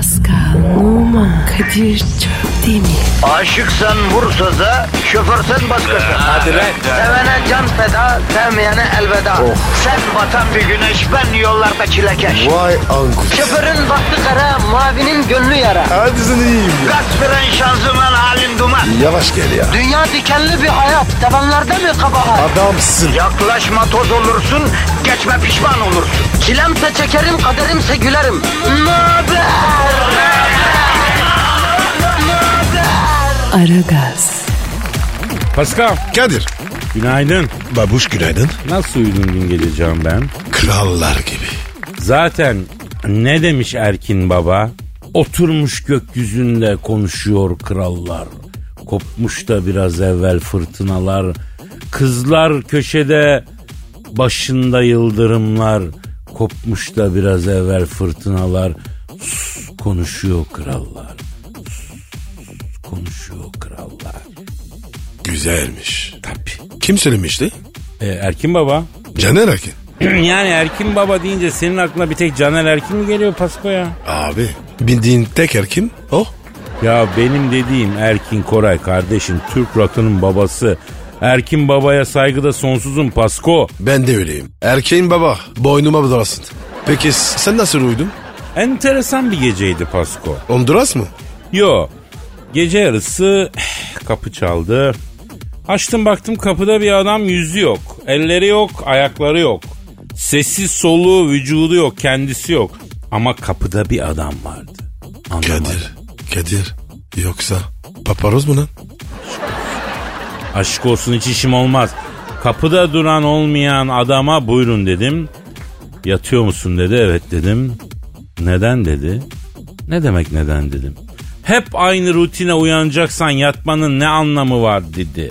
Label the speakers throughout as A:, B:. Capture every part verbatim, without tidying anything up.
A: Pascal, Oman, Kadir çok değil mi?
B: Aşıksan vursa da, şoförsen başkasın.
C: Hadi lan.
B: Sevene can feda, sevmeyene elveda.
C: Oh.
B: Sen batan bir güneş, ben yollarda çilekeş.
C: Vay anku.
B: Şoförün baktı kara, mavinin gönlü yara.
C: Hadi sen iyiyim ya.
B: Kasperen şanzıman halin duman.
C: Yavaş gel ya.
B: Dünya dikenli bir hayat, sevenlerde mi kabahar?
C: Adamsın.
B: Yaklaşma toz olursun, geçme pişman olursun. Çilemse çekerim, kaderimse gülerim. Möber!
A: Aragaz,
D: Pascal,
C: Kadir.
D: günaydın.
C: Babuş günaydın.
D: Nasıl uyudun dün gece Can ben?
C: Krallar gibi.
D: Zaten ne demiş Erkin Baba? Oturmuş gökyüzünde konuşuyor krallar. Kopmuş da biraz evvel fırtınalar. Kızlar köşede başında yıldırımlar. Kopmuş da biraz evvel fırtınalar. Sus, konuşuyor krallar. Sus, konuşuyor krallar.
C: Güzelmiş.
D: Tabii.
C: Kim söylemişti?
D: Ee, Erkin Baba.
C: Caner Erkin.
D: Yani Erkin Baba deyince senin aklına bir tek Caner Erkin mi geliyor Pasko ya?
C: Abi bildiğin tek Erkin o.
D: Ya benim dediğim Erkin Koray kardeşim, Türk rock'ının babası. Erkin Baba'ya saygıda sonsuzum Pasko.
C: Ben de öyleyim. Erkeğin baba boynuma dolasın. Peki sen nasıl uyudun?
D: Enteresan bir geceydi Pasko.
C: Honduras mı?
D: Yo, gece yarısı kapı çaldı. Açtım baktım kapıda bir adam, yüzü yok. Elleri yok, ayakları yok. Sesi soluğu vücudu yok, kendisi yok. Ama kapıda bir adam vardı. Anlamadım.
C: Kadir. Kadir. Yoksa paparoz mu lan?
D: Aşk olsun, hiç işim olmaz. Kapıda duran olmayan adama buyurun dedim. Yatıyor musun dedi. Evet dedim. Neden dedi. Ne demek neden dedim. Hep aynı rutine uyanacaksan yatmanın ne anlamı var dedi.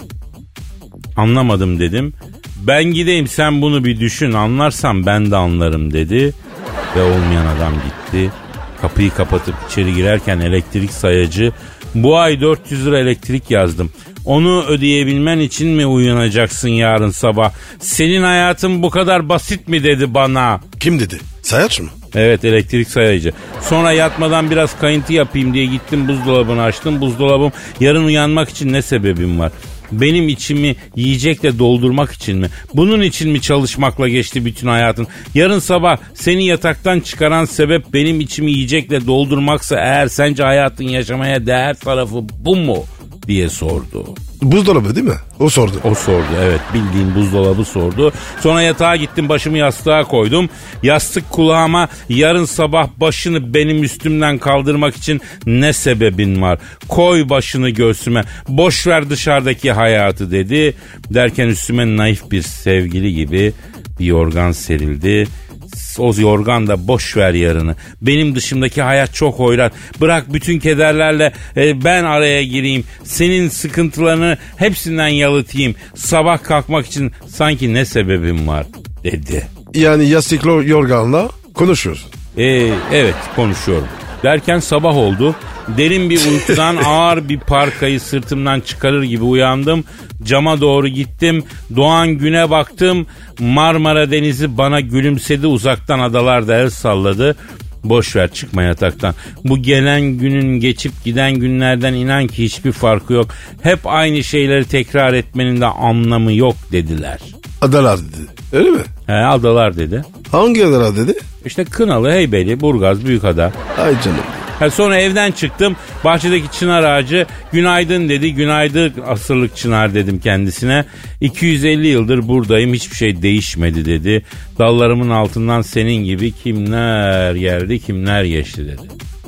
D: Anlamadım dedim. Ben gideyim, sen bunu bir düşün, anlarsan ben de anlarım dedi. Ve olmayan adam gitti. Kapıyı kapatıp içeri girerken elektrik sayacı, bu ay dört yüz lira elektrik yazdım. Onu ödeyebilmen için mi uyanacaksın yarın sabah? Senin hayatın bu kadar basit mi dedi bana.
C: Kim dedi? Sayaç mı?
D: Evet, elektrik sayacı. Sonra yatmadan biraz kayıntı yapayım diye gittim, buzdolabını açtım. Buzdolabım yarın uyanmak için ne sebebim var? Benim içimi yiyecekle doldurmak için mi? Bunun için mi çalışmakla geçti bütün hayatın? Yarın sabah seni yataktan çıkaran sebep benim içimi yiyecekle doldurmaksa eğer, sence hayatın yaşamaya değer tarafı bu mu diye sordu.
C: Buzdolabı değil mi? O sordu.
D: O sordu, evet, bildiğin buzdolabı sordu. Sonra yatağa gittim, başımı yastığa koydum. Yastık kulağıma yarın sabah başını benim üstümden kaldırmak için ne sebebin var? Koy başını göğsüme, boş ver dışarıdaki hayatı dedi. Derken üstüme naif bir sevgili gibi bir yorgan serildi. O yorgan da boş ver yarını. Benim dışımdaki hayat çok hoyrat. Bırak bütün kederlerle e, ben araya gireyim. Senin sıkıntılarını hepsinden yalıtayım. Sabah kalkmak için sanki ne sebebim var dedi.
C: Yani yastıklı yorganla konuşuyoruz.
D: E, evet konuşuyorum. Derken sabah oldu. Derin bir uykudan ağır bir parkayı sırtımdan çıkarır gibi uyandım. Cama doğru gittim. Doğan güne baktım. Marmara Denizi bana gülümsedi. Uzaktan adalar da el salladı. Boş ver, çıkma yataktan. Bu gelen günün geçip giden günlerden inan ki hiçbir farkı yok. Hep aynı şeyleri tekrar etmenin de anlamı yok dediler.
C: Adalar dedi. Öyle mi?
D: He, adalar dedi.
C: Hangi adalar dedi?
D: İşte Kınalı, Heybeli, Burgaz, Büyükada.
C: Ay canım.
D: Ha, sonra evden çıktım. Bahçedeki çınar ağacı günaydın dedi. Günaydın asırlık çınar dedim kendisine. iki yüz elli yıldır buradayım, hiçbir şey değişmedi dedi. Dallarımın altından senin gibi kimler geldi kimler geçti dedi.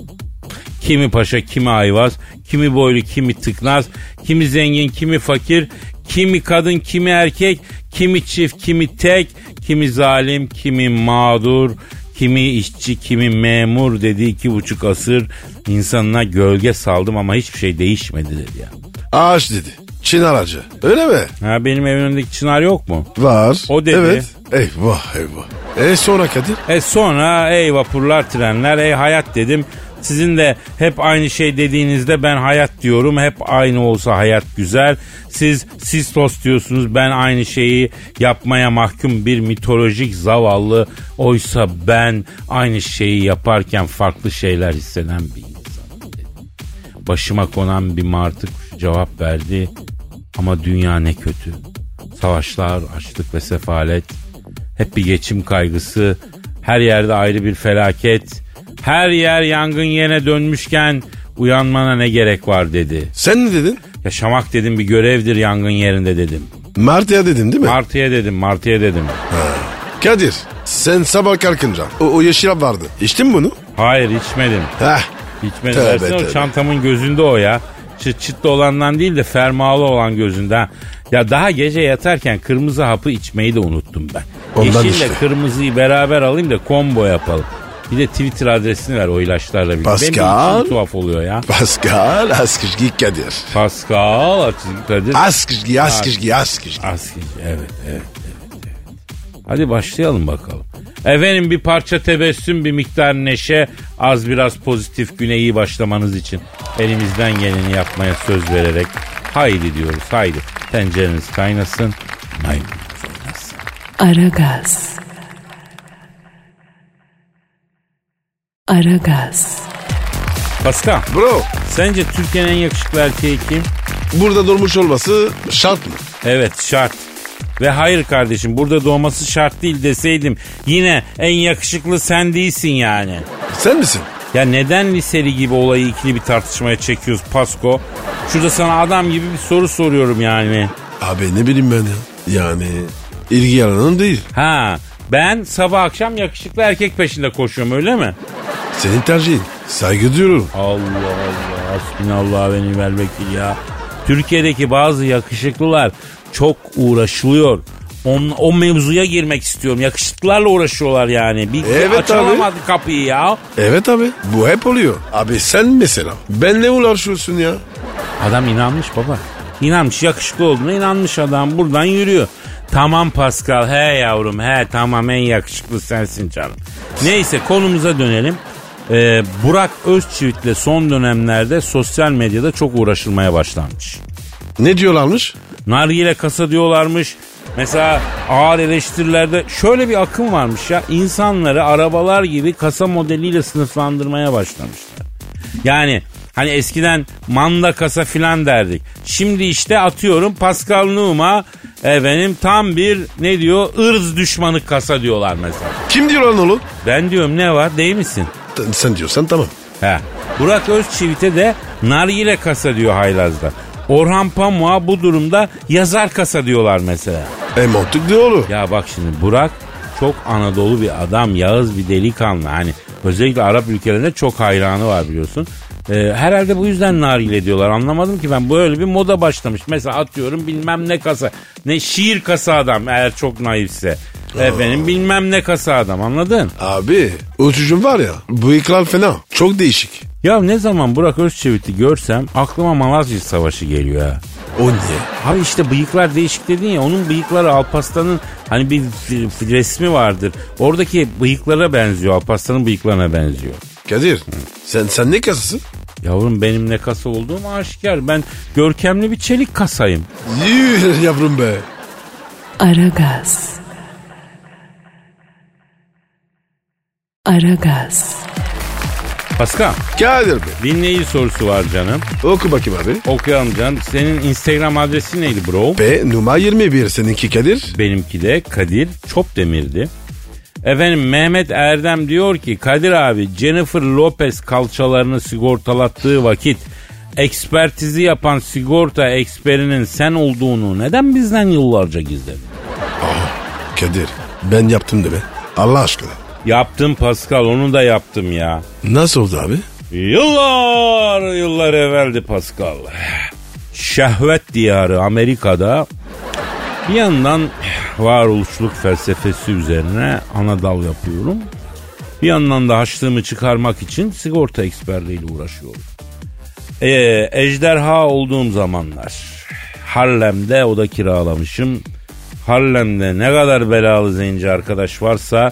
D: Kimi paşa, kimi ayvaz, kimi boylu, kimi tıknaz, kimi zengin, kimi fakir, kimi kadın, kimi erkek, kimi çift, kimi tek, kimi zalim, kimi mağdur, kimi işçi, kimi memur dedi. İki buçuk asır insanına gölge saldım ama hiçbir şey değişmedi dedi ya.
C: Ağaç dedi. Çınar ağacı. Öyle mi?
D: Ha, benim evimin önündeki çınar yok mu?
C: Var.
D: O dedi.
C: Evet. Eyvah eyvah. E sonra Kadir?
D: E sonra ey vapurlar, trenler, ey hayat dedim. Sizin de hep aynı şey dediğinizde ben hayat diyorum. Hep aynı olsa hayat güzel. Siz sistos diyorsunuz. Ben aynı şeyi yapmaya mahkum bir mitolojik zavallı. Oysa ben aynı şeyi yaparken farklı şeyler hisseden bir insanım dedi. Başıma konan bir martı cevap verdi. Ama dünya ne kötü. Savaşlar, açlık ve sefalet. Hep bir geçim kaygısı. Her yerde ayrı bir felaket. Her yer yangın yerine dönmüşken uyanmana ne gerek var dedi.
C: Sen ne dedin?
D: Yaşamak dedim bir görevdir yangın yerinde dedim.
C: Martıya dedin değil mi?
D: Martıya dedim, martıya dedim.
C: Ha. Kadir, sen sabah kalkınca o, o yeşil vardı. İçtin mi bunu?
D: Hayır içmedim.
C: Heh.
D: İçmedim. Versene o çantamın gözünde o ya. Çıt çıtlı olandan değil de fermuarlı olan gözünden. Ya daha gece yatarken kırmızı hapı içmeyi de unuttum ben.
C: Ondan
D: Yeşille
C: işte.
D: kırmızıyı beraber alayım da combo yapalım. Bir de Twitter adresini ver o ilaçlarla birlikte.
C: Pascal.
D: Benim için tuhaf oluyor ya.
C: Pascal Askışgi Kadir.
D: Pascal Askışgi Kadir.
C: Askışgi, Askışgi, Askışgi.
D: Askışgi, evet, evet, evet, evet. Hadi başlayalım bakalım. Efendim bir parça tebessüm, bir miktar neşe, az biraz pozitif güne iyi başlamanız için elimizden geleni yapmaya söz vererek haydi diyoruz, haydi. Tencereniz kaynasın, maymunumuz oynasın.
A: Aragaz. Aragaz.
D: Pascal,
C: Bro,
D: sence Türkiye'nin en yakışıklı erkeği kim?
C: burada durmuş olması şart mı?
D: Evet, şart. Ve hayır kardeşim, burada doğması şart değil deseydim yine en yakışıklı sen değilsin yani.
C: Sen misin?
D: Ya neden liseli gibi olayı ikili bir tartışmaya çekiyoruz Pasko? Şurada sana adam gibi bir soru soruyorum yani.
C: Abi ne bileyim ben ya. Yani ilgi alanın değil.
D: Ha, ben sabah akşam yakışıklı erkek peşinde koşuyorum öyle mi?
C: Senin tercihin. Saygı duyuyorum.
D: Allah Allah, hasbinallah ve ni'mel vekil ya. Türkiye'deki bazı yakışıklılar çok uğraşılıyor. On, o mevzuya girmek istiyorum. Yakışıklılarla uğraşıyorlar yani. Bir
C: Evet
D: açılamadı kapıyı ya.
C: Evet abi. Bu hep oluyor. Abi sen mesela. Benle uğraşıyorsun ya.
D: Adam inanmış baba. İnanmış, yakışıklı olduğuna inanmış adam. Buradan yürüyor. Tamam Pascal, he yavrum, he tamam, en yakışıklı sensin canım. Neyse konumuza dönelim. Ee, Burak Özçivit'le son dönemlerde sosyal medyada çok uğraşılmaya başlanmış.
C: Ne diyorlarmış?
D: Nargile kasa diyorlarmış. Mesela ağır eleştirilerde şöyle bir akım varmış ya. İnsanları arabalar gibi kasa modeliyle sınıflandırmaya başlamışlar. Yani hani eskiden manda kasa filan derdik. Şimdi işte atıyorum Pascal Numa efendim tam bir ne diyor ırz düşmanı kasa diyorlar mesela.
C: Kim diyor lan oğlum?
D: Ben diyorum ne var değil misin?
C: T- Sen diyorsan tamam.
D: He. Burak Özçivit'e de nargile kasa diyor haylazda. Orhan Pamuk'a bu durumda yazar kasa diyorlar mesela.
C: E mantıklı oğlum.
D: Ya bak şimdi Burak çok Anadolu bir adam, yağız bir delikanlı. Hani özellikle Arap ülkelerinde çok hayranı var biliyorsun. Ee, herhalde bu yüzden nargile diyorlar. Anlamadım ki ben. Böyle bir moda başlamış. Mesela atıyorum bilmem ne kasa. Ne şiir kasa adam eğer çok naifse. Efendim bilmem ne kasa adam, anladın?
C: Abi o çocuğun var ya bıyıklar fena. Çok değişik.
D: Ya ne zaman Burak Özçivit'i görsem aklıma Malazgirt Savaşı geliyor ha.
C: O niye?
D: Abi işte bıyıklar değişik dedin ya, onun bıyıkları Alparslan'ın hani bir resmi vardır. Oradaki bıyıklara benziyor, Alparslan'ın bıyıklarına benziyor.
C: Kadir sen sen ne kasasın?
D: Yavrum benim ne kasa olduğum aşikar. Ben görkemli bir çelik kasayım.
C: Yuh yavrum be.
A: Aragaz. Aragaz.
D: Pascal,
C: Kadir be.
D: dinleyici sorusu var canım.
C: Oku bakayım abi.
D: Okuyalım canım. Senin Instagram adresin neydi bro?
C: B numara yirmi bir seninki Kadir.
D: Benimki de Kadir Çopdemir'di. Efendim Mehmet Erdem diyor ki Kadir abi Jennifer Lopez kalçalarını sigortalattığı vakit ekspertizi yapan sigorta eksperinin sen olduğunu neden bizden yıllarca gizledin?
C: Aa, Kadir ben yaptım de be. Allah aşkına.
D: Yaptım Pascal, onu da yaptım ya.
C: Nasıl oldu abi?
D: Yıllar yıllar evveldi Pascal. Şehvet diyarı Amerika'da bir yandan varoluşluk felsefesi üzerine ana dal yapıyorum. Bir yandan da haçlığımı çıkarmak için sigorta eksperliğiyle uğraşıyorum. Ee, ejderha olduğum zamanlar Harlem'de oda kiralamışım. Harlem'de ne kadar belalı zenci arkadaş varsa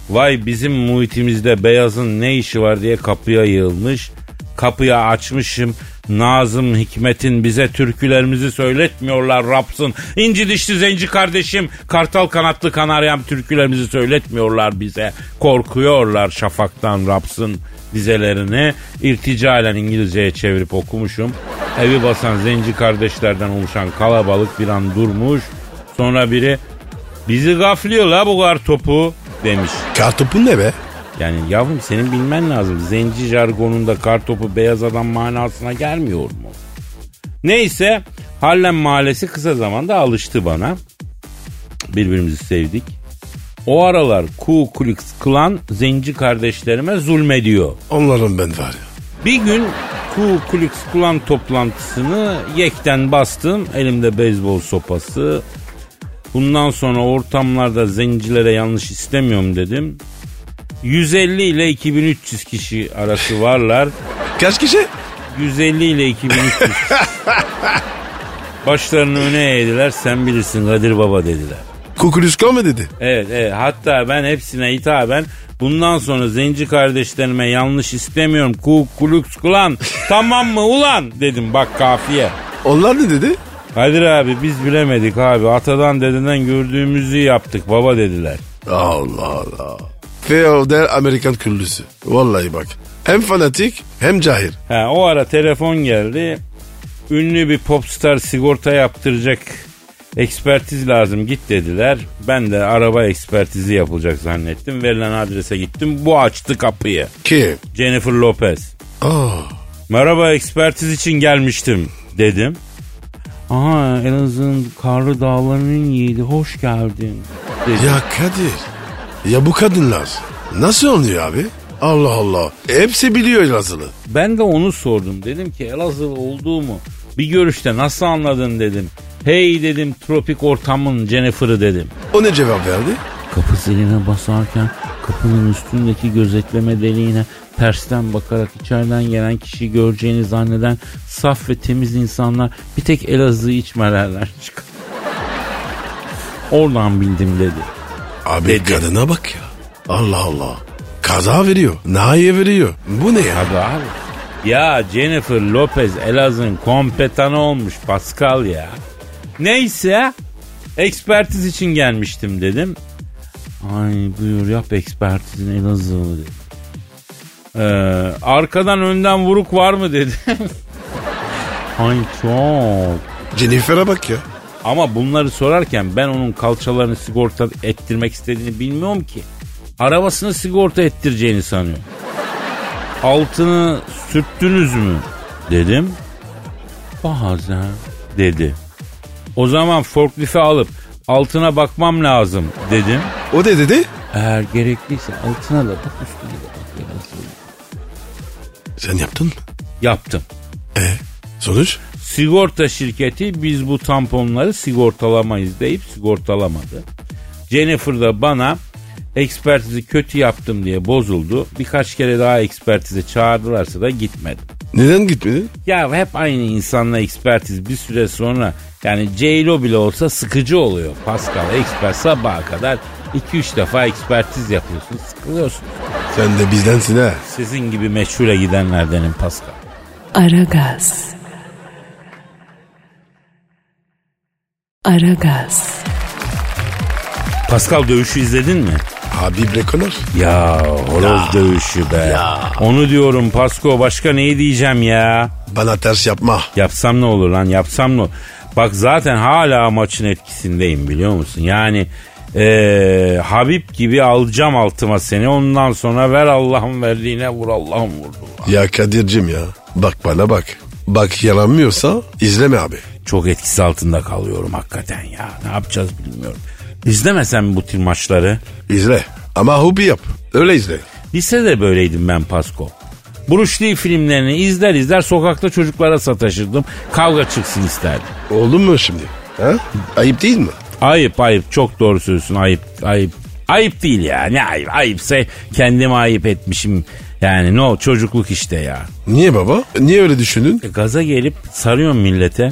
D: Vay bizim muhitimizde beyazın ne işi var diye kapıya yığılmış. Kapıyı açmışım. Nazım Hikmet'in bize türkülerimizi söyletmiyorlar Rapsın. İnci dişli zenci kardeşim, kartal kanatlı kanaryam türkülerimizi söyletmiyorlar bize. Korkuyorlar şafaktan Rapsın dizelerini. İrticalen İngilizceye çevirip okumuşum. Evi basan zenci kardeşlerden oluşan kalabalık bir an durmuş. Sonra biri bizi gafliyor la bu kar topu demiş.
C: Kar topu ne be?
D: Yani yavrum senin bilmen lazım. Zenci jargonunda kartopu beyaz adam manasına gelmiyor mu? Neyse Harlem Mahallesi kısa zamanda alıştı bana. Birbirimizi sevdik. O aralar Ku Klux Klan zenci kardeşlerime zulmediyor.
C: Onların ben var ya.
D: Bir gün Ku Klux Klan toplantısını yekten bastım. Elimde beyzbol sopası. Bundan sonra ortamlarda zencilere yanlış istemiyorum dedim. yüz elli ile iki bin üç yüz kişi arası varlar.
C: Kaç kişi?
D: yüz elli ile iki bin üç yüz kişi. Başlarını öne eğdiler. Sen bilirsin Kadir Baba dediler.
C: Kukuluska mı dedi?
D: Evet, evet. Hatta ben hepsine hitaben bundan sonra zenci kardeşlerime yanlış istemiyorum. Ku Klux Klan tamam mı ulan dedim bak kafiye.
C: Onlar ne dedi?
D: Kadir abi biz bilemedik abi. Atadan dededen gördüğümüzü yaptık baba dediler.
C: Allah Allah. Feodal Amerikan küllüsü. Vallahi bak. Hem fanatik hem cahil.
D: Ha, o ara telefon geldi. Ünlü bir popstar sigorta yaptıracak. Ekspertiz lazım git dediler. Ben de araba ekspertizi yapılacak zannettim. Verilen adrese gittim. Bu açtı kapıyı.
C: Kim?
D: Jennifer Lopez.
C: Aa.
D: Merhaba ekspertiz için gelmiştim dedim. Aha Elazığ'ın karlı dağlarının yiğidi hoş geldin dedi.
C: Ya Kadir. Ya bu kadınlar nasıl oluyor abi? Allah Allah. Hepsi biliyor Elazığlı.
D: Ben de onu sordum. Dedim ki Elazığlı olduğumu bir görüşte nasıl anladın dedim. Hey dedim tropik ortamın Jennifer'ı dedim.
C: O ne cevap verdi?
D: Kapı ziline basarken kapının üstündeki gözetleme deliğine tersten bakarak içeriden gelen kişiyi göreceğini zanneden saf ve temiz insanlar bir tek Elazığ'ı içmelerler çıkar. Oradan bildim dedi.
C: Abi
D: dedi.
C: Kadına bak ya. Allah Allah. Kaza veriyor. Nahiye veriyor. Bu ne ya?
D: Abi abi. Ya Jennifer Lopez Elazığ'ın kompetanı olmuş Pascal ya. Neyse ekspertiz için gelmiştim dedim. Ay buyur yap ekspertizin Elazığ'ı dedi. Ee, arkadan önden vuruk var mı dedi. Ay çok.
C: Jennifer'a bak ya.
D: Ama bunları sorarken ben onun kalçalarını sigorta ettirmek istediğini bilmiyorum ki. Arabasını sigorta ettireceğini sanıyorum. Altını sürttünüz mü dedim. Bazen dedi. O zaman forklifte alıp altına bakmam lazım dedim.
C: O ne dedi?
D: Eğer gerekliyse altına da bak üstüne de bak.
C: Sen yaptın mı?
D: Yaptım.
C: E sonuç?
D: Sigorta şirketi biz bu tamponları sigortalamayız deyip sigortalamadı. Jennifer da bana ekspertizi kötü yaptım diye bozuldu. Birkaç kere daha ekspertize çağırdılarsa da gitmedim.
C: Neden gitmedin?
D: Ya hep aynı insanla ekspertiz bir süre sonra yani J-Lo bile olsa sıkıcı oluyor. Pascal ekspert sabaha kadar iki üç defa ekspertiz yapıyorsun sıkılıyorsun.
C: Sen de bizdensin ha.
D: Sizin gibi meşhure gidenlerdenim Pascal.
A: Aragaz. Aragaz.
D: Pascal dövüşü izledin mi?
C: Habib Rekonor.
D: Ya horoz ya. Dövüşü be. Ya. Onu diyorum Pasko başka neyi diyeceğim ya.
C: Bana ters yapma.
D: Yapsam ne olur lan yapsam ne olur. Bak zaten hala maçın etkisindeyim biliyor musun? Yani ee, Habib gibi alacağım altıma seni. Ondan sonra ver Allah'ın verdiğine vur Allah'ın vurdu.
C: Ya Kadir'cim ya. Bak bana bak. Bak yaranmıyorsa izleme abi.
D: Çok etkisi altında kalıyorum hakikaten ya. Ne yapacağız bilmiyorum. İzlemesen mi bu tür maçları?
C: İzle. Ama hobi yap. Öyle izle.
D: Lisede böyleydim ben Pasko. Bruce Lee filmlerini izler izler sokakta çocuklara sataşırdım. Kavga çıksın isterdim.
C: Oldu mu şimdi? Ha? Ayıp değil mi?
D: Ayıp ayıp çok doğru söylüyorsun ayıp ayıp. Ayıp değil ya ne ayıp ayıpsa kendime ayıp etmişim. Yani no çocukluk işte ya.
C: Niye baba? Niye öyle düşündün?
D: E, gaza gelip sarıyorum millete.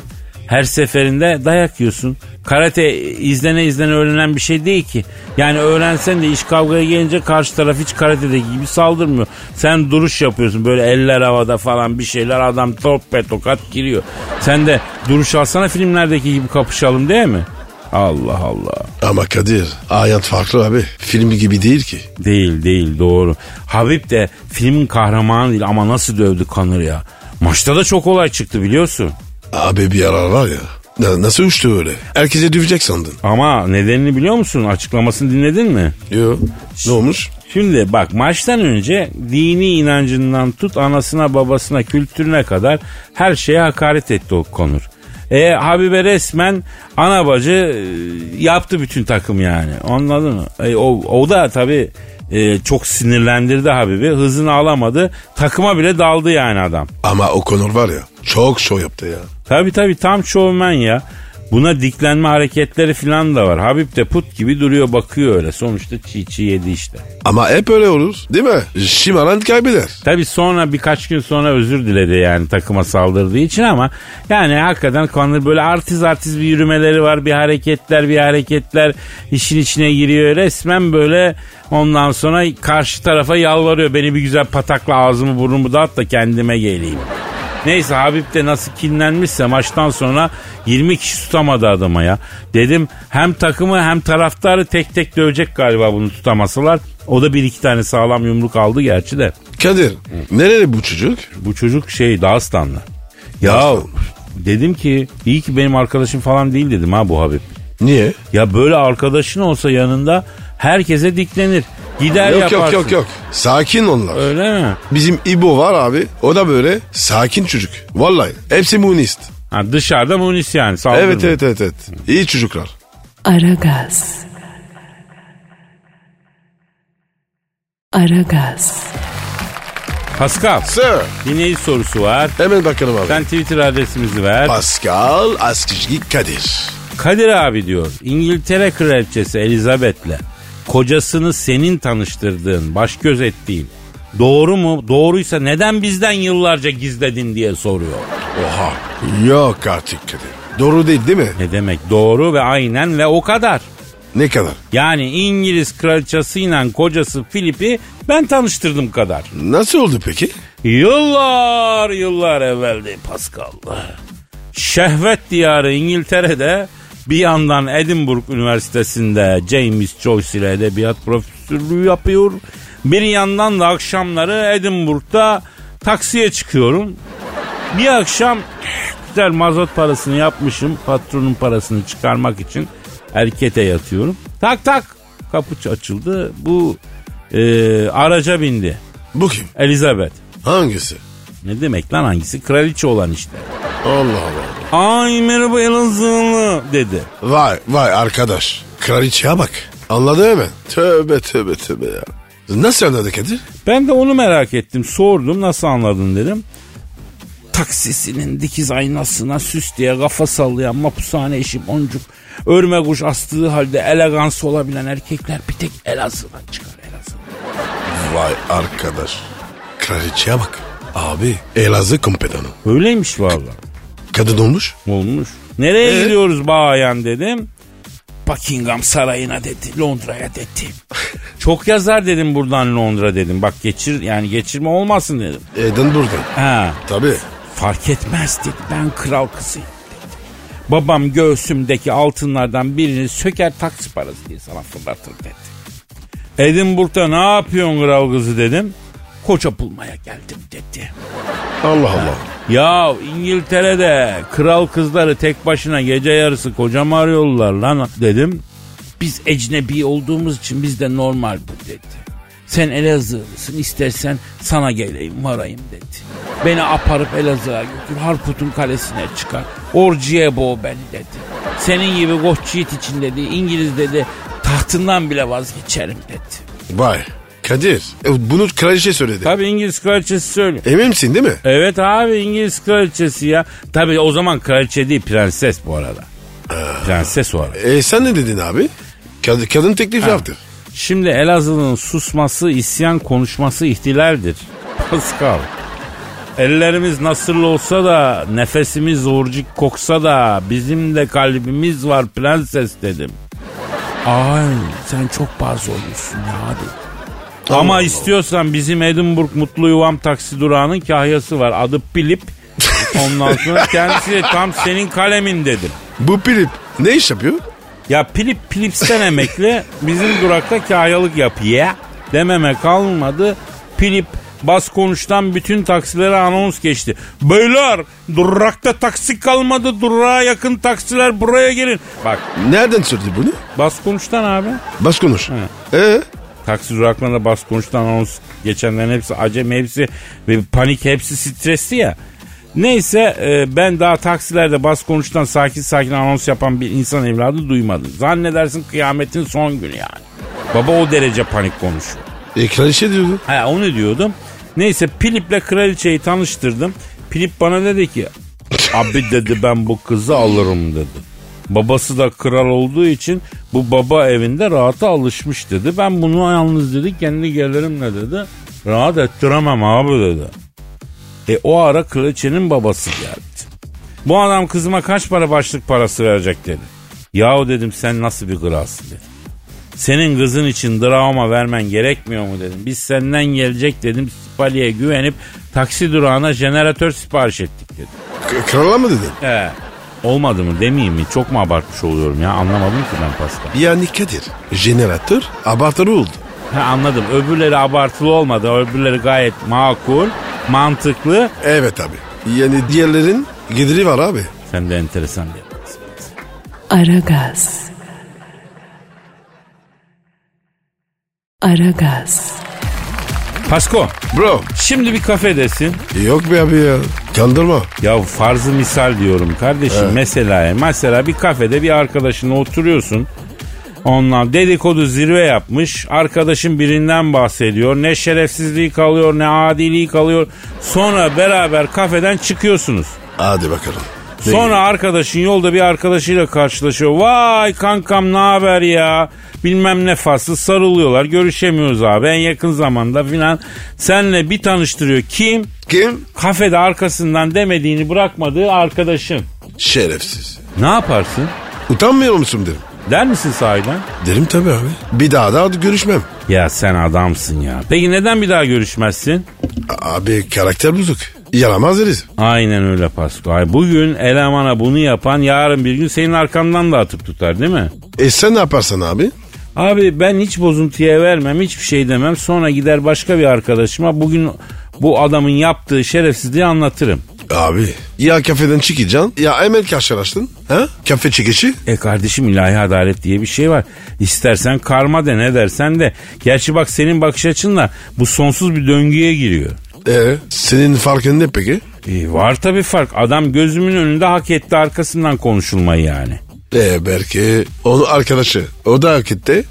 D: Her seferinde dayak yiyorsun. Karate izlene izlene öğrenen bir şey değil ki. Yani öğrensen de iş kavgaya gelince karşı taraf hiç karatedeki gibi saldırmıyor. Sen duruş yapıyorsun böyle eller havada falan bir şeyler, adam tope tokat giriyor. Sen de duruş alsana filmlerdeki gibi kapışalım değil mi? Allah Allah.
C: Ama Kadir hayat farklı abi. Film gibi değil ki.
D: Değil değil doğru. Habib de filmin kahramanı değil ama nasıl dövdü Conor ya. Maçta da çok olay çıktı biliyorsun.
C: Abi bir arar var ya. Nasıl uçtu öyle? Herkese dövecek sandın.
D: Ama nedenini biliyor musun? Açıklamasını dinledin mi?
C: Yok. Ne olmuş?
D: Şimdi bak, maçtan önce dini inancından tut anasına babasına kültürüne kadar her şeye hakaret etti o Conor. E, Habib'e resmen ana bacı e, yaptı bütün takım yani. Anladın mı? E, o, o da tabii e, çok sinirlendirdi Habib'i. Hızını alamadı. Takıma bile daldı yani adam.
C: Ama o Conor var ya çok şov yaptı ya.
D: Tabii tabii tam şovmen ya. Buna diklenme hareketleri falan da var. Habib de put gibi duruyor, bakıyor öyle. Sonuçta çiğ çiğ yedi işte.
C: Ama hep öyle olur değil mi? Şımaran kaybeder.
D: Tabii sonra birkaç gün sonra özür diledi yani takıma saldırdığı için ama yani hakikaten Conor böyle artiz artiz bir yürümeleri var. Bir hareketler bir hareketler işin içine giriyor. Resmen böyle ondan sonra karşı tarafa yalvarıyor. Beni bir güzel patakla ağzımı burnumu dağıt da kendime geleyim. Neyse Habib de nasıl kinlenmişse maçtan sonra yirmi kişi tutamadı adama ya. Dedim hem takımı hem taraftarı tek tek dövecek galiba bunu tutamasalar. O da bir iki tane sağlam yumruk aldı gerçi de.
C: Kadir nereli bu çocuk?
D: Bu çocuk şey Dağıstanlı. Ya
C: Dağıstan.
D: Dedim ki iyi ki benim arkadaşım falan değil dedim ha bu Habib.
C: Niye?
D: Ya böyle arkadaşın olsa yanında herkese diklenir. Gider
C: yok,
D: yaparsın.
C: Yok yok yok. Sakin onlar.
D: Öyle mi?
C: Bizim İbo var abi. O da böyle sakin çocuk. Vallahi hepsi munist.
D: Ha, dışarıda munis yani. Saldırma.
C: Evet evet evet evet. İyi çocuklar.
A: Aragaz. Aragaz.
D: Pascal.
C: Sir.
D: Dinleyici sorusu var.
C: Hemen bakalım abi.
D: Sen Twitter adresimizi ver.
C: Pascal Askizgi Kadir.
D: Kadir abi diyor. İngiltere kraliçesi Elizabeth'le kocasını senin tanıştırdığın, baş göz ettiğin doğru mu? Doğruysa neden bizden yıllarca gizledin diye soruyor.
C: Oha. Yok artık Kadir. Doğru değil değil mi?
D: Ne demek doğru ve aynen ve o kadar.
C: Ne kadar?
D: Yani İngiliz kraliçesiyle kocası Filip'i ben tanıştırdım kadar.
C: Nasıl oldu peki?
D: Yıllar yıllar evveldi Pascal. Şehvet diyarı İngiltere'de bir yandan Edinburgh Üniversitesi'nde James Joyce ile edebiyat profesörlüğü yapıyor. Bir yandan da akşamları Edinburgh'da taksiye çıkıyorum. Bir akşam güzel mazot parasını yapmışım. Patronun parasını çıkarmak için erkete yatıyorum. Tak tak kapı açıldı. Bu e, araca bindi.
C: Bu kim?
D: Elizabeth.
C: Hangisi?
D: Ne demek lan hangisi? Kraliçe olan işte.
C: Allah Allah.
D: Ay merhaba Elazığlı dedi.
C: Vay vay arkadaş. Kraliçeye bak. Anladı hemen. Tövbe tövbe tövbe ya. Nasıl anladı Kadir?
D: Ben de onu merak ettim. Sordum nasıl anladın dedim. Taksisinin dikiz aynasına süs diye kafa sallayan mapushane eşi boncuk örme kuş astığı halde elegans olabilen erkekler bir tek Elazığ'dan çıkar Elazığ.
C: Vay arkadaş. Kraliçeye bak. Abi Elazığ kompedanı.
D: Öyleymiş vallahi.
C: Kadın olmuş.
D: Olmuş. Nereye
C: Ee?
D: gidiyoruz bayan dedim. Buckingham Sarayı'na dedi. Londra'ya dedi. Çok yazar dedim buradan Londra dedim. Bak geçir yani geçirme olmasın dedim.
C: Edinburgh'dan.
D: Ha.
C: Tabii.
D: Fark etmez dedi. Ben kral kızıyım dedi. Babam göğsümdeki altınlardan birini söker taksi parası diye sana fırlatır dedi. Edinburgh'da ne yapıyorsun kral kızı dedim. Koca bulmaya geldim dedi.
C: Allah Allah.
D: Ya İngiltere'de kral kızları tek başına gece yarısı kocamı arıyorlar lan dedim. Biz ecnebi olduğumuz için bizde normal bu dedi. Sen Elazığlısın istersen sana geleyim varayım dedi. Beni aparıp Elazığ'a götür Harput'un kalesine çıkar. Orciye boğ beni dedi. Senin gibi koç yiğit için dedi İngiliz dedi tahtından bile vazgeçerim dedi.
C: Vay. Kadir e, bunu kraliçe söyledi.
D: Tabii İngiliz kraliçesi söylüyor.
C: Emin misin değil mi?
D: Evet abi İngiliz kraliçesi ya. Tabii o zaman kraliçe değil prenses bu arada. Prenses o arada.
C: E sen ne dedin abi? Kad- kadın teklif yaptı.
D: Şimdi Elazığ'ın susması, isyan konuşması ihtilaldir. Pascal. Ellerimiz nasırlı olsa da, nefesimiz zorcuk koksa da bizim de kalbimiz var prenses dedim. Ay sen çok bazı olmuşsun ya abi.
C: Allah
D: Ama
C: Allah.
D: istiyorsan bizim Edinburgh Mutlu Yuvam taksi durağının kahyası var. Adı Pilip. Ondan sonra kendisi de tam senin kalemin dedim.
C: Bu Pilip ne iş yapıyor?
D: Ya Pilip Pilips'ten emekli bizim durakta kahyalık yapıyor. Dememe kalmadı. Pilip bas konuştan bütün taksilere anons geçti. Beyler durakta taksi kalmadı. Durağa yakın taksiler buraya gelin. Bak
C: Nereden söyledi bunu?
D: bas konuştan abi.
C: Baş konuş.
D: He.
C: Ee?
D: Taksi duraklarında bas konuştan anons geçenlerin hepsi acemi, hepsi ve panik, hepsi stresli ya. Neyse e, ben daha taksilerde bas konuştan sakin sakin anons yapan bir insan evladı duymadım. Zannedersin kıyametin son günü yani. Baba o derece panik konuşuyor.
C: E kraliçe diyordu.
D: Ha onu diyordum. Neyse Pilip'le kraliçeyi tanıştırdım. Pilip bana dedi ki abi dedi ben bu kızı alırım dedi. Babası da kral olduğu için bu baba evinde rahata alışmış dedi. Ben bunu yalnız dedi kendi gelirimle dedi. Rahat ettiremem abi dedi. E o ara kraliçenin babası geldi. Bu adam kızıma kaç para başlık parası verecek dedi. Yahu dedim sen nasıl bir kralsın dedim. Senin kızın için dramama vermen gerekmiyor mu dedim. Biz senden gelecek dedim Spali'ye güvenip taksi durağına jeneratör sipariş ettik dedim.
C: K- krala mı dedin?
D: He. Olmadı mı demeyeyim mi? Çok mu abartmış oluyorum ya? Anlamadım ki ben Pascal.
C: Yani Kadir, jeneratör abartılı oldu.
D: He anladım. Öbürleri abartılı olmadı. Öbürleri gayet makul, mantıklı.
C: Evet abi. Yani diğerlerin gideri var abi.
D: Sen de enteresan bir adamsın.
A: Aragaz. Aragaz.
D: Pasko,
C: Bro.
D: şimdi bir kafedesin.
C: Yok be abi ya. Kandırma.
D: Ya farzı misal diyorum kardeşim.
C: Evet.
D: Mesela mesela bir kafede bir arkadaşınla oturuyorsun. Ondan dedikodu zirve yapmış. Arkadaşın birinden bahsediyor. Ne şerefsizliği kalıyor ne adiliği kalıyor. Sonra beraber kafeden çıkıyorsunuz.
C: Hadi bakalım. Ne
D: Sonra
C: gibi?
D: arkadaşın yolda bir arkadaşıyla karşılaşıyor. Vay kankam ne haber ya? Bilmem ne faslı sarılıyorlar. Görüşemiyoruz abi en yakın zamanda filan. Seninle bir tanıştırıyor. Kim?
C: Kim?
D: Kafede arkasından demediğini bırakmadığı arkadaşın.
C: Şerefsiz.
D: Ne yaparsın?
C: Utanmıyor musun derim.
D: Der misin sahiden?
C: Derim tabii abi. Bir daha da görüşmem.
D: Ya sen adamsın ya. Peki neden bir daha görüşmezsin?
C: A- Abi karakter bozuk. Yaramaz deriz.
D: Aynen öyle Pascal. Bugün elemana bunu yapan yarın bir gün senin arkandan da atıp tutar değil mi?
C: E sen ne yaparsan abi?
D: Abi ben hiç bozuntuya vermem, hiçbir şey demem. Sonra gider başka bir arkadaşıma bugün bu adamın yaptığı şerefsizliği anlatırım.
C: Abi ya kafeden çıkacaksın ya hemen karşılaştın. Ha? Kafe çıkışı.
D: E kardeşim ilahi adalet diye bir şey var. İstersen karma de ne dersen de. Gerçi bak senin bakış açınla bu sonsuz bir döngüye giriyor.
C: E senin farkın ne peki?
D: E, var tabii fark. Adam gözümün önünde hak etti arkasından konuşulmayı yani.
C: E belki onun arkadaşı o da hak etti.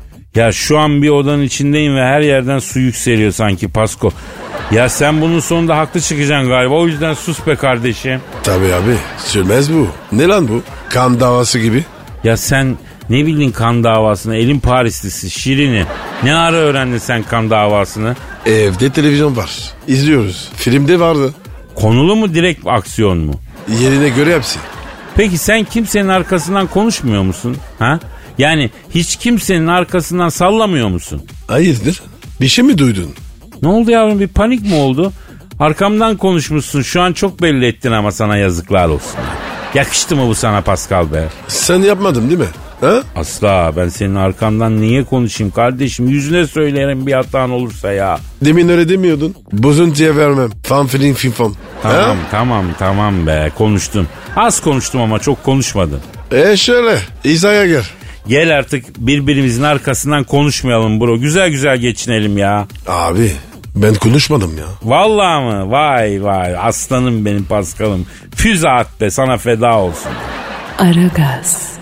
D: Ya şu an bir odanın içindeyim ve her yerden su yükseliyor sanki Pasko. Ya sen bunun sonunda haklı çıkacaksın galiba. O yüzden sus be kardeşim.
C: Tabii abi sürmez bu. Ne lan bu? Kan davası gibi.
D: Ya sen ne bildin kan davasını? Elin Parislisi, Şirin'i. Ne ara öğrendin sen kan davasını?
C: Evde televizyon var. İzliyoruz. Filmde vardı.
D: Konulu mu direkt aksiyon mu?
C: Yerine göre hepsi.
D: Peki sen kimsenin arkasından konuşmuyor musun? Ha? Yani hiç kimsenin arkasından sallamıyor musun?
C: Hayırdır? Bir şey mi duydun?
D: Ne oldu yavrum, bir panik mi oldu? Arkamdan konuşmuşsun, şu an çok belli ettin ama sana yazıklar olsun. Yakıştı mı bu sana Pascal be?
C: Sen yapmadın değil mi? Ha?
D: Asla, ben senin arkamdan niye konuşayım kardeşim? Yüzüne söylerim bir hatan olursa ya.
C: Demin öyle demiyordun. Bozuntuya vermem. Fan feeling fin fon.
D: Tamam
C: Ha?
D: tamam tamam be, konuştum. Az konuştum ama çok konuşmadım.
C: E şöyle izaya gel.
D: Gel artık birbirimizin arkasından konuşmayalım bro. Güzel güzel geçinelim ya.
C: Abi ben konuşmadım ya.
D: Vallahi mı? Vay vay, aslanım benim Pascal'ım. Füze at be, sana feda olsun.
A: Aragaz.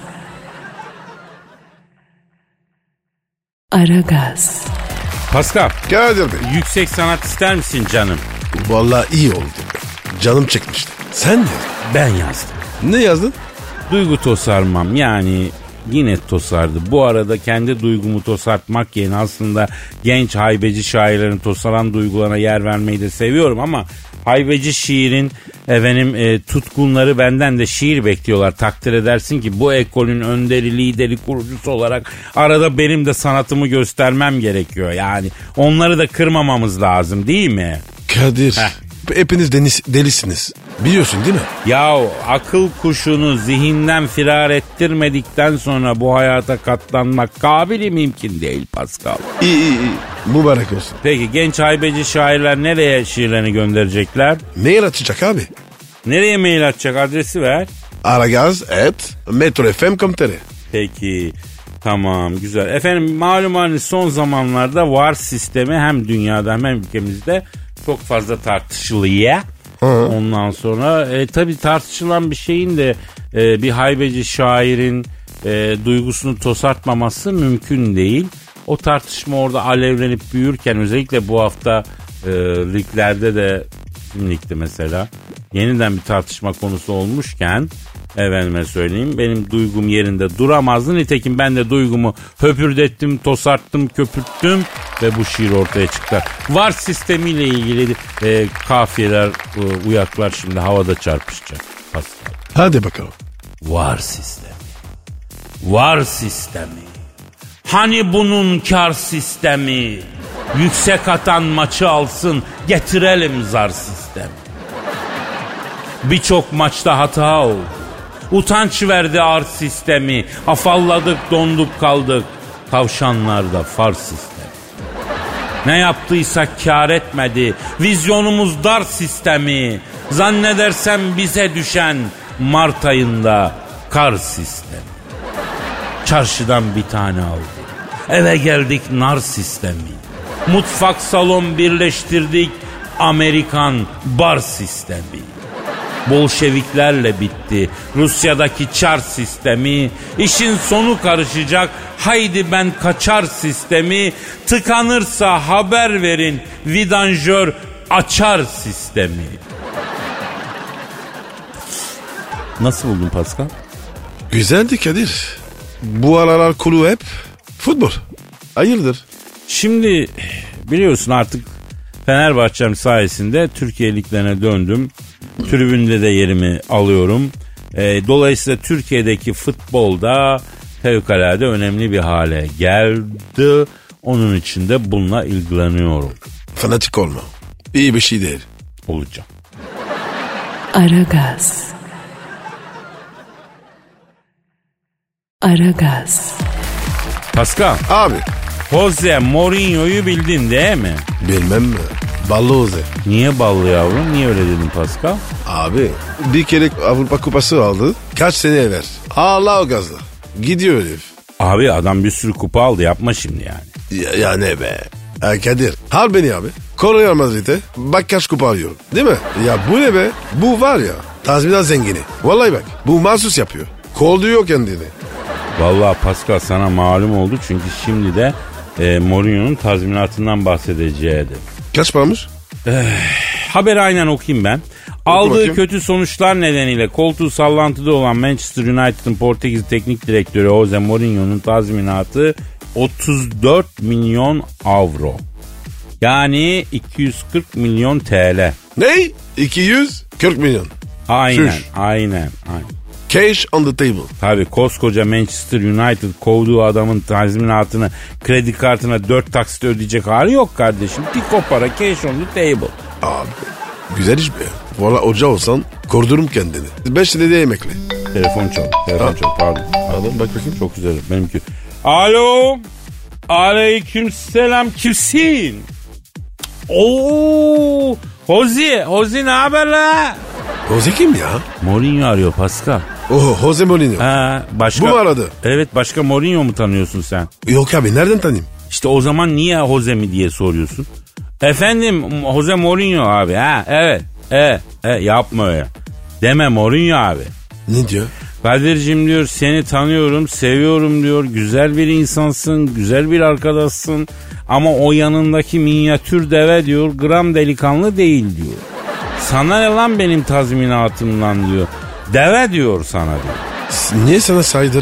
A: Aragaz.
D: Pascal,
C: Kadir Bey.
D: yüksek sanat ister misin canım?
C: Vallahi iyi oldu. Canım çekmişti. Sen ne?
D: Ben yazdım.
C: Ne yazdın?
D: Duygu tosarmam, yani yine tosardı. Bu arada kendi duygumu tosartmak yerine aslında genç haybeci şairlerin tosaran duygularına yer vermeyi de seviyorum ama haybeci şiirin efendim e, tutkunları benden de şiir bekliyorlar. Takdir edersin ki bu ekolün önderi, lideri, kurucusu olarak arada benim de sanatımı göstermem gerekiyor. Yani onları da kırmamamız lazım değil mi?
C: Kadir,
D: Heh.
C: hepiniz deniz, delisiniz. Biliyorsun değil mi?
D: Ya akıl kuşunu zihinden firar ettirmedikten sonra bu hayata katlanmak kabili mümkün değil Pascal.
C: İyi iyi iyi. Mübarek olsun.
D: Peki genç haybeci şairler nereye şiirlerini gönderecekler?
C: Mail atacak abi.
D: Nereye mail atacak, adresi ver.
C: Aragaz et metrofm nokta com nokta tr.
D: Peki tamam, güzel. Efendim malum hani son zamanlarda VAR sistemi hem dünyada hem ülkemizde çok fazla tartışılıyor.
C: Hı.
D: Ondan sonra e, tabii tartışılan bir şeyin de e, bir haybeci şairin e, duygusunu tosartmaması mümkün değil. O tartışma orada alevlenip büyürken özellikle bu hafta e, liglerde de bizim ligde mesela yeniden bir tartışma konusu olmuşken efendime söyleyeyim benim duygum yerinde duramazdı. Nitekim ben de duygumu höpürdettim, tosarttım, köpürttüm ve bu şiir ortaya çıktı. VAR sistemiyle ilgili e, kafiyeler, e, uyaklar şimdi havada çarpışacak. Pascal.
C: Hadi bakalım.
D: VAR sistemi. VAR sistemi. Hani bunun kar sistemi? Yüksek atan maçı alsın, getirelim zar sistemi. Birçok maçta hata oldu. Utanç verdi ar sistemi. Afalladık, donduk kaldık. Tavşanlarda far sistemi. Ne yaptıysak kar etmedi. Vizyonumuz dar sistemi. Zannedersem bize düşen Mart ayında kar sistemi. Çarşıdan bir tane aldık. Eve geldik nar sistemi. Mutfak salon birleştirdik. Amerikan bar sistemi. Bolşeviklerle bitti Rusya'daki çar sistemi. İşin sonu karışacak. Haydi ben kaçar sistemi. Tıkanırsa haber verin. Vidanjör açar sistemi. Nasıl buldun Pascal?
C: Güzeldi Kadir. Bu aralar kulu hep futbol. Hayırdır?
D: Şimdi biliyorsun artık Fenerbahçe'm sayesinde Türkiye liglerine döndüm. Tribünde de yerimi alıyorum. E, dolayısıyla Türkiye'deki futbolda fevkalade önemli bir hale geldi. Onun için de bununla ilgileniyorum.
C: Fanatik olma. İyi bir şey değil.
D: Olacağım.
A: Aragaz. Aragaz.
D: Pascal,
C: Abi.
D: Jose Mourinho'yu bildin değil mi?
C: Bilmem mi? Ballı Oze.
D: Niye ballı yavrum? Niye öyle dedin Pascal?
C: Abi bir kere Avrupa Kupası aldı. Kaç sene evvel. Allah o gazla. Gidiyor herif.
D: Abi adam bir sürü kupa aldı, yapma şimdi yani.
C: Ya, ya ne be. Ha Kadir. Hal beni abi. Koreal Madrid'e bak kaç kupa alıyorum. Değil mi? Ya bu ne be? Bu var ya. Tazminat zengini. Vallahi bak. Bu mahsus yapıyor. Kolluyor kendini.
D: Vallahi Pascal sana malum oldu çünkü şimdi de e, Mourinho'nun tazminatından bahsedeceğiydi.
C: Kaç paramış?
D: Haberi aynen okuyayım ben. Aldığı
C: bakayım.
D: kötü sonuçlar nedeniyle koltuğu sallantıda olan Manchester United'ın Portekiz teknik direktörü Jose Mourinho'nun tazminatı otuz dört milyon avro. Yani iki yüz kırk milyon T L.
C: Ne? iki yüz kırk milyon.
D: Aynen,
C: Şuş.
D: aynen, aynen.
C: Cash on the table.
D: Tabii koskoca Manchester United kovduğu adamın tazminatını kredi kartına dört taksit ödeyecek hali yok kardeşim. Dik o para, cash on the table.
C: Abi güzel iş be. Valla hoca olsan kordurum kendini. Beş sene de emekli.
D: Telefon çal, telefon çal, pardon.
C: Pardon, bak bakayım.
D: Çok güzel, benimki. Alo, aleyküm selam, kimsin? Oo, Hozi, Hozi ne haber la?
C: Jose kim ya?
D: Mourinho arıyor Pascal.
C: Oh, Jose Mourinho.
D: Ha, başka...
C: Bu mu aradı?
D: Evet, başka Mourinho mu tanıyorsun sen?
C: Yok abi, nereden tanıyayım?
D: İşte o zaman niye Jose mi diye soruyorsun? Efendim Jose Mourinho abi, ha evet, evet, evet yapma öyle. Deme Mourinho abi.
C: Ne diyor?
D: Kadir'cim diyor, seni tanıyorum, seviyorum diyor, güzel bir insansın, güzel bir arkadaşsın. Ama o yanındaki minyatür deve diyor, gram delikanlı değil diyor. Sana ne lan benim tazminatımdan diyor. Deve diyor sana diyor.
C: Niye sana saydırdı?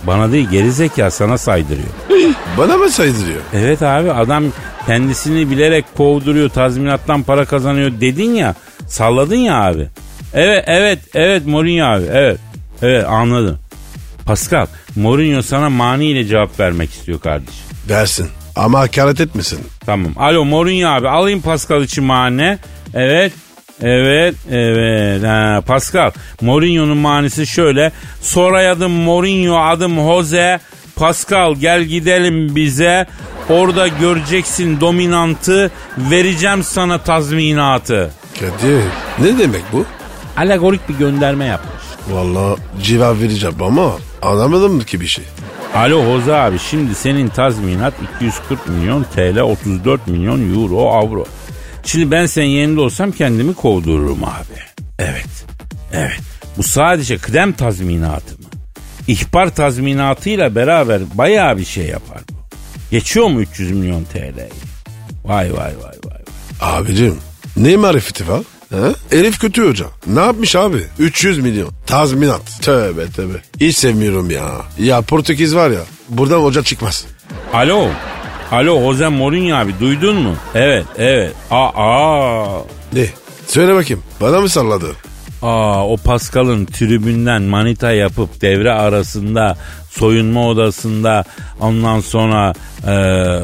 D: Bana değil, gerizekalı sana saydırıyor.
C: Bana mı saydırıyor?
D: Evet abi, adam kendisini bilerek kovduruyor, tazminattan para kazanıyor dedin ya, salladın ya abi. Evet evet evet Mourinho abi, evet evet anladım. Pascal, Mourinho sana mani ile cevap vermek istiyor kardeşim.
C: Versin ama hakaret etmesin.
D: Tamam. Alo Mourinho abi, alayım Pascal için mani. Evet. Evet, evet. Ha, Pascal, Mourinho'nun manisi şöyle. Soray adım Mourinho, adım Jose. Pascal gel gidelim bize. Orada göreceksin dominantı. Vereceğim sana tazminatı.
C: Kadir, ne demek bu?
D: Alegorik bir gönderme yapmış.
C: Vallahi cevap vereceğim ama anlamadım ki bir şey.
D: Alo Jose abi, şimdi senin tazminat iki yüz kırk milyon T L, otuz dört milyon euro, avro. Şimdi ben senin yerinde olsam kendimi kovdururum abi. Evet, evet. Bu sadece kıdem tazminatı mı? İhbar tazminatıyla beraber bayağı bir şey yapar bu. Geçiyor mu üç yüz milyon T L'yi? Vay vay vay vay.
C: Abicim ne marifeti var? Ha? Herif kötü hoca. Ne yapmış abi? üç yüz milyon. Tazminat. Tövbe tövbe. Hiç sevmiyorum ya. Ya Portekiz var ya. Buradan hoca çıkmaz.
D: Alo. Alo Jose Mourinho abi, duydun mu? Evet evet. Aa, aa.
C: Ne? Söyle bakayım. Bana mı salladı?
D: Aa, o Pascal'ın tribünden manita yapıp devre arasında soyunma odasında ondan sonra ee,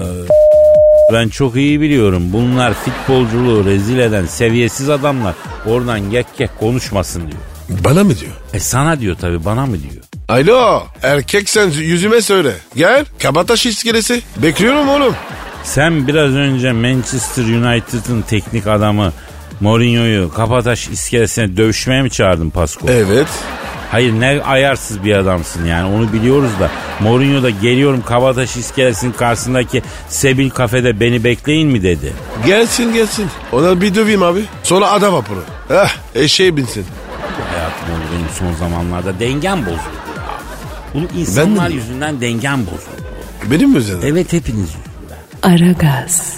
D: ben çok iyi biliyorum. Bunlar futbolculuğu rezil eden seviyesiz adamlar. Oradan gek gek konuşmasın diyor.
C: Bana mı diyor?
D: E sana diyor tabii, bana mı diyor?
C: Alo erkek sen yüzüme söyle. Gel Kabataş iskelesi. Bekliyorum oğlum.
D: Sen biraz önce Manchester United'ın teknik adamı Mourinho'yu Kabataş iskelesine dövüşmeye mi çağırdın Pasko?
C: Evet.
D: Hayır, ne ayarsız bir adamsın yani, onu biliyoruz da. Mourinho da geliyorum Kabataş iskelesinin karşısındaki Sebil kafede beni bekleyin mi dedi.
C: Gelsin gelsin. Ona bir döveyim abi. Sonra ada vapuru. Heh eşeğe binsin.
D: Hayatım oldu benim son zamanlarda, dengem bozuldu. Bunu insanlar
C: Ben de
D: yüzünden dengem bozuldu.
C: Benim mi üzerine?
D: Evet, hepiniz yüzünden.
A: Aragaz.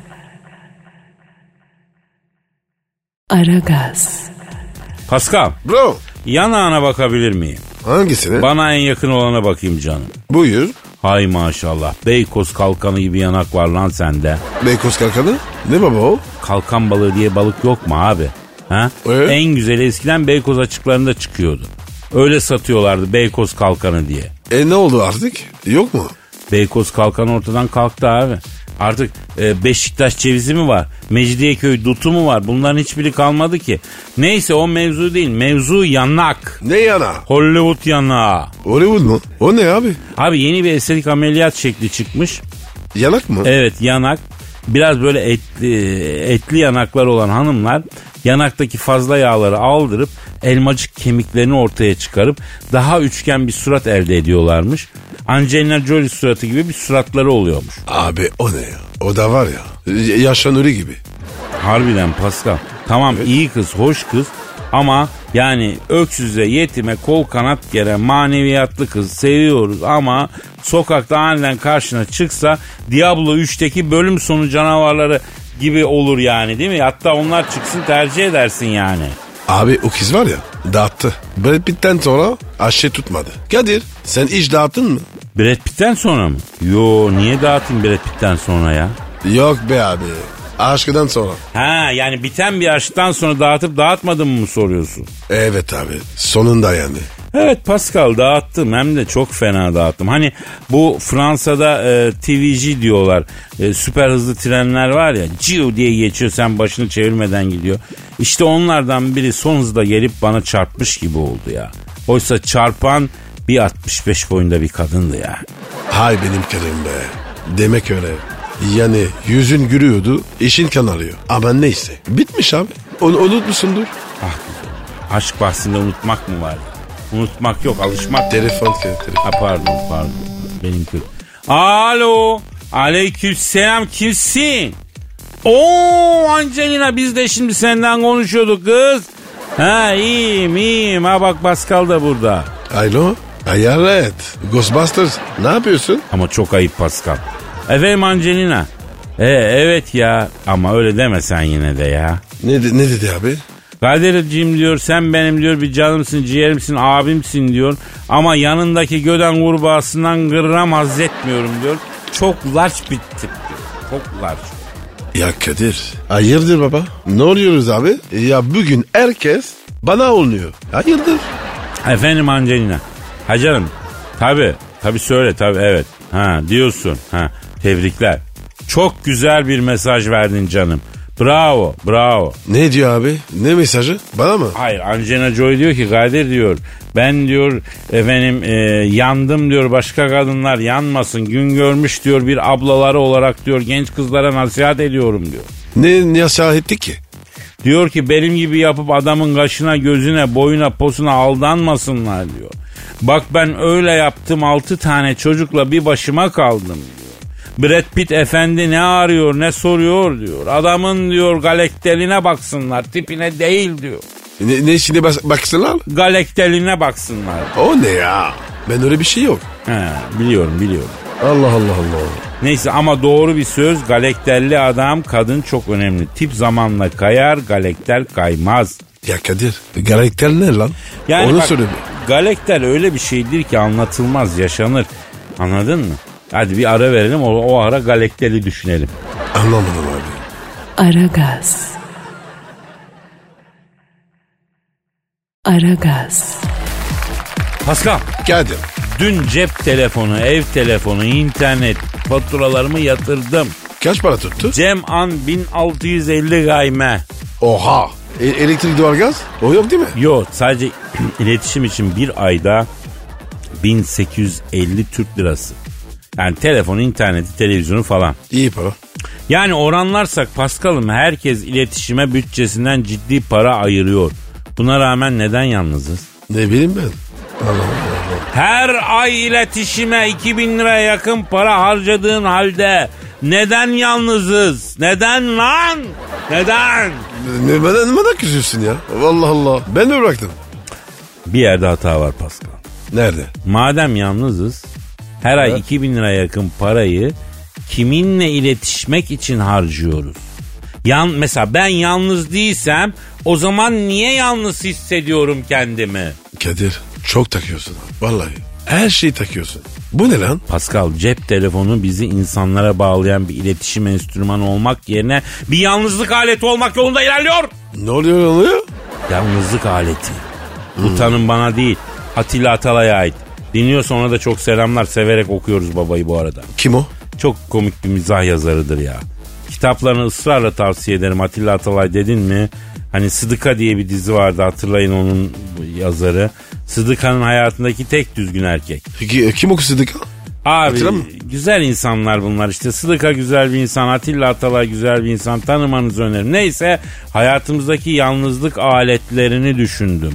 A: Aragaz.
D: Pascal,
C: Bro.
D: yanağına bakabilir miyim?
C: Hangisine?
D: Bana en yakın olana bakayım canım.
C: Buyur.
D: Hay maşallah. Beykoz kalkanı gibi yanak var lan sende.
C: Beykoz kalkanı? Ne baba o?
D: Kalkan balığı diye balık yok mu abi? Ha?
C: Evet.
D: En güzeli eskiden Beykoz açıklarında çıkıyordu. Öyle satıyorlardı Beykoz kalkanı diye.
C: E ne oldu artık? Yok mu?
D: Beykoz kalkanı ortadan kalktı abi. Artık e, Beşiktaş cevizi mi var? Mecidiyeköy dutu mu var? Bunların hiçbiri kalmadı ki. Neyse, o mevzu değil. Mevzu yanak.
C: Ne yana?
D: Hollywood yanağı.
C: Hollywood mu? O ne abi?
D: Abi yeni bir estetik ameliyat şekli çıkmış.
C: Yanak mı?
D: Evet, yanak. Biraz böyle etli, etli yanaklar olan hanımlar yanaktaki fazla yağları aldırıp elmacık kemiklerini ortaya çıkarıp daha üçgen bir surat elde ediyorlarmış. Angelina Jolie suratı gibi bir suratları oluyormuş.
C: Abi o ne ya? O da var ya. Yaşa Nuri gibi.
D: Harbiden Pascal. Tamam, evet. iyi kız, hoş kız ama yani öksüze, yetime kol kanat geren maneviyatlı kız seviyoruz ama sokakta aniden karşına çıksa Diablo üçteki bölüm sonu canavarları gibi olur yani, değil mi? Hatta onlar çıksın tercih edersin yani.
C: Abi o kız var ya, dağıttı. Brad Pitt'ten sonra aşçı tutmadı. Kadir sen iş dağıttın mı?
D: Brad Pitt'ten sonra mı? Yo, niye dağıtayım Brad Pitt'ten sonra ya?
C: Yok be abi. Aşkıdan sonra.
D: Ha, yani biten bir aşktan sonra dağıtıp dağıtmadın mı soruyorsun?
C: Evet abi, sonunda yani.
D: Evet Pascal, dağıttım, hem de çok fena dağıttım. Hani bu Fransa'da e, T V G diyorlar, e, süper hızlı trenler var ya, ciu diye geçiyor, sen başını çevirmeden gidiyor. İşte onlardan biri son hızda gelip bana çarpmış gibi oldu ya. Oysa çarpan bir altmış beş boyunda bir kadındı ya.
C: Hay benim karım be. Demek öyle. Yani yüzün gülüyordu, işin kanarıyor. Ama neyse, bitmiş abi. Onu unutmuşsundur.
D: Ah, aşk bahsinde unutmak mı var? Unutmak yok, alışmak.
C: Telefon, telefon.
D: Ha, pardon pardon. Benim kötü. Alo. Aleykümselam, kimsin? Oo Angelina, biz de şimdi senden konuşuyorduk kız. Ha, iyiyim iyiyim. Ha bak, Pascal da burada.
C: Alo. Hayalet. Ghostbusters. Ne yapıyorsun?
D: Ama çok ayıp Pascal. Efendim Angelina. E, evet ya, ama öyle deme sen yine de ya.
C: Ne, ne dedi abi?
D: Kadir'ciğim diyor sen benim diyor bir canımsın, ciğerimsin, abimsin diyor. Ama yanındaki göden kurbağasından gram haz etmiyorum diyor. Çok larç bir tip diyor. Çok larç.
C: Ya Kadir hayırdır baba? Ne oluyoruz abi? Ya bugün herkes bana oluyor. Hayırdır?
D: Efendim Angelina. Ha canım. Tabii. Tabii söyle tabii evet. Ha diyorsun. Ha tebrikler. Çok güzel bir mesaj verdin canım. Bravo, bravo.
C: Ne diyor abi? Ne mesajı? Bana mı?
D: Hayır, Angelina Jolie diyor ki Kadir diyor ben diyor efendim e, yandım diyor, başka kadınlar yanmasın. Gün görmüş diyor bir ablaları olarak diyor genç kızlara nasihat ediyorum diyor.
C: Ne nasihat etti ki?
D: Diyor ki benim gibi yapıp adamın kaşına, gözüne, boyuna, posuna aldanmasınlar diyor. Bak ben öyle yaptım, altı tane çocukla bir başıma kaldım diyor. Brad Pitt efendi ne arıyor ne soruyor diyor. Adamın diyor galekteline baksınlar, tipine değil diyor.
C: Ne, ne işine bas- baksınlar?
D: Galekteline baksınlar.
C: O ne ya? Ben öyle bir şey yok.
D: He, biliyorum biliyorum.
C: Allah Allah Allah.
D: Neyse ama doğru bir söz. Galekterli adam, kadın çok önemli. Tip zamanla kayar, galekter kaymaz.
C: Ya Kadir galekter ne lan?
D: Yani
C: onu
D: bak,
C: söyle.
D: galekter öyle bir şeydir ki anlatılmaz, yaşanır. Anladın mı? Hadi bir ara verelim, o, o ara galekteri düşünelim.
C: Anlamadım abi.
A: Aragaz. Aragaz.
D: Pascal,
C: Kadir.
D: dün cep telefonu, ev telefonu, internet faturalarımı yatırdım.
C: Kaç para tuttu?
D: Cem an bin altı yüz elli gayme.
C: Oha. E- elektrik doğalgaz? O yok değil mi?
D: Yok, sadece iletişim için bir ayda bin sekiz yüz elli Türk lirası. Yani telefon, interneti, televizyonu falan.
C: İyi para.
D: Yani oranlarsak Paskal'ım herkes iletişime bütçesinden ciddi para ayırıyor. Buna rağmen neden yalnızız?
C: Ne bileyim ben. Allah Allah.
D: Her ay iletişime iki bin liraya yakın para harcadığın halde neden yalnızız? Neden lan? Neden?
C: Ne, neden, neden küsüyorsun ya? Allah Allah. Ben mi bıraktım?
D: Bir yerde hata var Paskal.
C: Nerede?
D: Madem yalnızız, her ay
C: Evet.
D: iki bin liraya yakın parayı kiminle iletişmek için harcıyoruz? Yan, mesela ben yalnız değilsem o zaman niye yalnız hissediyorum kendimi?
C: Kadir çok takıyorsun. Vallahi. Her şeyi takıyorsun. Bu ne lan?
D: Pascal, cep telefonu bizi insanlara bağlayan bir iletişim enstrümanı olmak yerine bir yalnızlık aleti olmak yolunda ilerliyor.
C: Ne oluyor oluyor?
D: Yalnızlık aleti. Bu tanım bana değil, Atilla Atalay'a ait. Dinliyorsa ona da çok selamlar, severek okuyoruz babayı bu arada.
C: Kim o?
D: Çok komik bir mizah yazarıdır ya. Kitaplarını ısrarla tavsiye ederim. Atilla Atalay dedin mi? Hani Sıdıka diye bir dizi vardı, hatırlayın onun yazarı. Sıdıka'nın hayatındaki tek düzgün erkek.
C: Ki- Kim o Sıdıka?
D: Abi
C: Hatırlamam.
D: güzel insanlar bunlar işte. Sıdıka güzel bir insan, Atilla Atalay güzel bir insan, tanımanızı öneririm. Neyse, hayatımızdaki yalnızlık aletlerini düşündüm.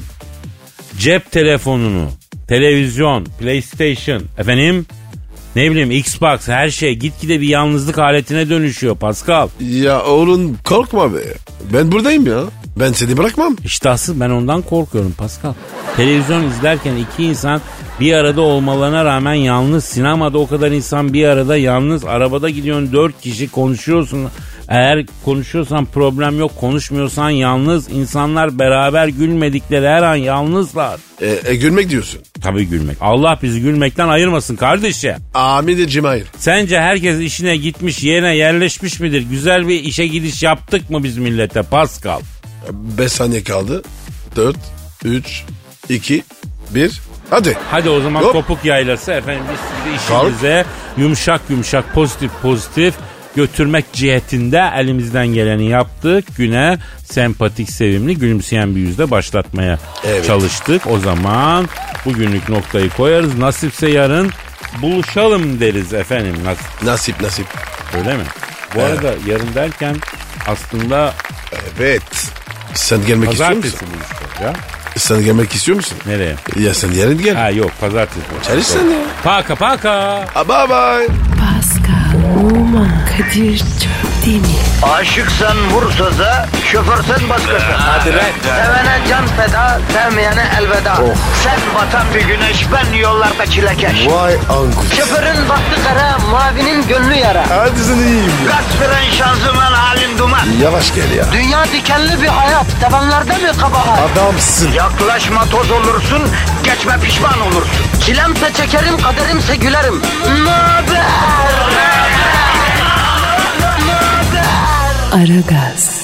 D: Cep telefonunu, televizyon, PlayStation, efendim ne bileyim Xbox, her şey gitgide bir yalnızlık aletine dönüşüyor Pascal.
C: Ya oğlum korkma be. Ben buradayım ya. Ben seni bırakmam.
D: İşte asıl ben ondan korkuyorum Pascal. Televizyon izlerken iki insan bir arada olmalarına rağmen yalnız. Sinemada o kadar insan bir arada yalnız. Arabada gidiyorsun dört kişi konuşuyorsun. Eğer konuşuyorsan problem yok. Konuşmuyorsan yalnız. İnsanlar beraber gülmedikleri her an yalnızlar.
C: E, e, gülmek diyorsun.
D: Tabii gülmek. Allah bizi gülmekten ayırmasın kardeşim.
C: Amin de Cemail.
D: Sence herkes işine gitmiş, yerine yerleşmiş midir? Güzel bir işe gidiş yaptık mı biz millete Pascal?
C: beş saniye kaldı. dört, üç, iki, bir. Hadi.
D: Hadi o zaman
C: Hop.
D: topuk yaylası efendim, biz sizi
C: Kalk.
D: işinize yumuşak yumuşak, pozitif pozitif götürmek cihetinde elimizden geleni yaptık. Güne sempatik, sevimli, gülümseyen bir yüzle başlatmaya
C: Evet.
D: çalıştık. O zaman bugünlük noktayı koyarız. Nasipse yarın buluşalım deriz efendim. Nasip,
C: Nasip nasip.
D: öyle mi? Bu
C: Evet.
D: arada yarın derken aslında
C: Evet. Sen gelmek istiyor
D: pazartesi
C: musun?
D: buluşacağız ya.
C: Sen gelmek istiyor musun?
D: Nereye?
C: Ya sen yarın gel.
D: Ha yok, pazartesi.
C: Çalışsın ya.
D: Paka paka.
C: Ha, bye bye.
A: Pascal, Oman, Kadir çok değil mi?
B: Aşıksan vursa da, şoförsen başkasın.
D: Hadi lan.
B: Sevene can feda, sevmeyene elveda. Sen batan bir güneş, ben yollarda çilekeş.
C: Vay anku.
B: Şoförün baktı kara, mavinin gönlü yara.
C: Hadi sen iyiyim ya.
B: Kasperen şanzıman halin duman.
C: Yavaş gel ya.
B: Dünya dikenli bir hayat, sevenlerde mi kabahar?
C: Adamsın.
B: Yaklaşma toz olursun, geçme pişman olursun. Çilemse çekerim, kaderimse gülerim. Möber!
A: Aragaz.